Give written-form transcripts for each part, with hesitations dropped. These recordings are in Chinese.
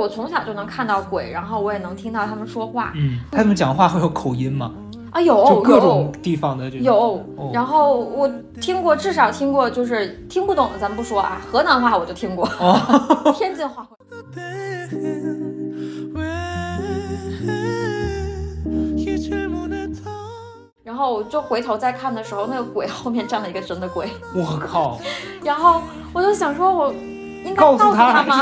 我从小就能看到鬼，然后我也能听到他们说话。 他们讲话会有口音吗？ 啊，有， 就各种地方的这种有。然后我听过，至少听过，就是听不懂的咱不说啊，河南话我就听过，天津话。然后我就回头再看的时候，那个鬼后面站了一个真的鬼。 我靠！ 然后我就想说，我应该告诉他吗？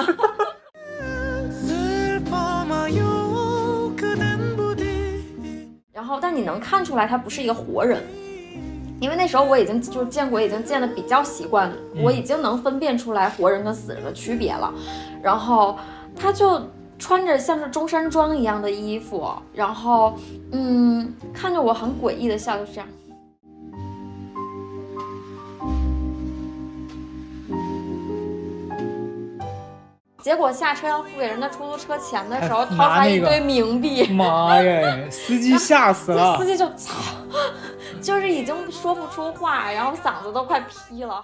然后，但你能看出来他不是一个活人，因为那时候我已经就是见鬼已经见得比较习惯了，我已经能分辨出来活人跟死人的区别了。然后他就穿着像是中山装一样的衣服，然后看着我很诡异的笑，就这样。结果下车要付给人家出租车钱的时候，掏出来一堆冥币。 妈耶！司机吓死了。 司机就操，就是已经说不出话，然后嗓子都快劈了。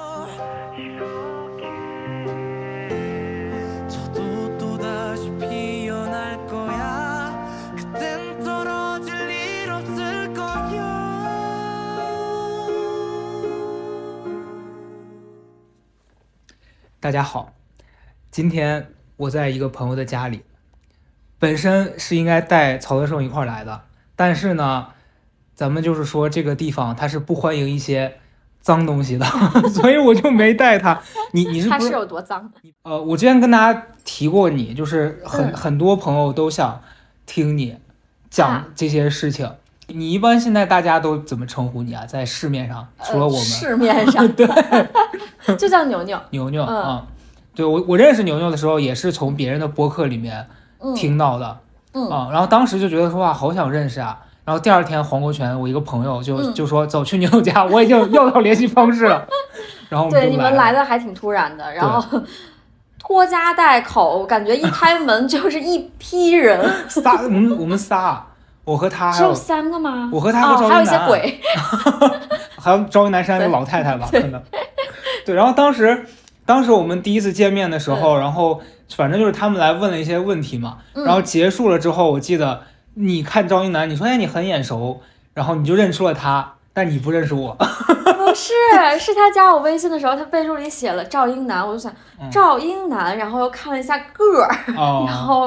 大家好，今天我在一个朋友的家里，本身是应该带曹德胜一块来的，但是呢，咱们就是说这个地方它是不欢迎一些脏东西的，所以我就没带他。你是不是？ 他是有多脏？ 我之前跟大家提过你，就是很多朋友都想听你讲这些事情。你一般现在大家都怎么称呼你啊？在市面上，除了我们， 市面上对， 就叫牛牛。 牛牛对，我认识牛牛的时候，也是从别人的播客里面听到的，然后当时就觉得说哇，好想认识啊。然后第二天黄国权，我一个朋友就说走去牛牛家，我已经要到联系方式了。然后我们对，你们来的还挺突然的，然后拖家带口，感觉一开门就是一批人。 我们仨。我和他只有3个吗？ 我和他和赵一楠， 还有一些鬼， 还有赵一楠山那个老太太吧，可能。对，然后当时我们第一次见面的时候，然后反正就是他们来问了一些问题嘛，然后结束了之后，我记得你看赵一楠，你说你很眼熟，然后你就认出了他，但你不认识我。 不是他加我微信的时候，他备注里写了赵英男，我就想赵英男，然后又看了一下个儿，然后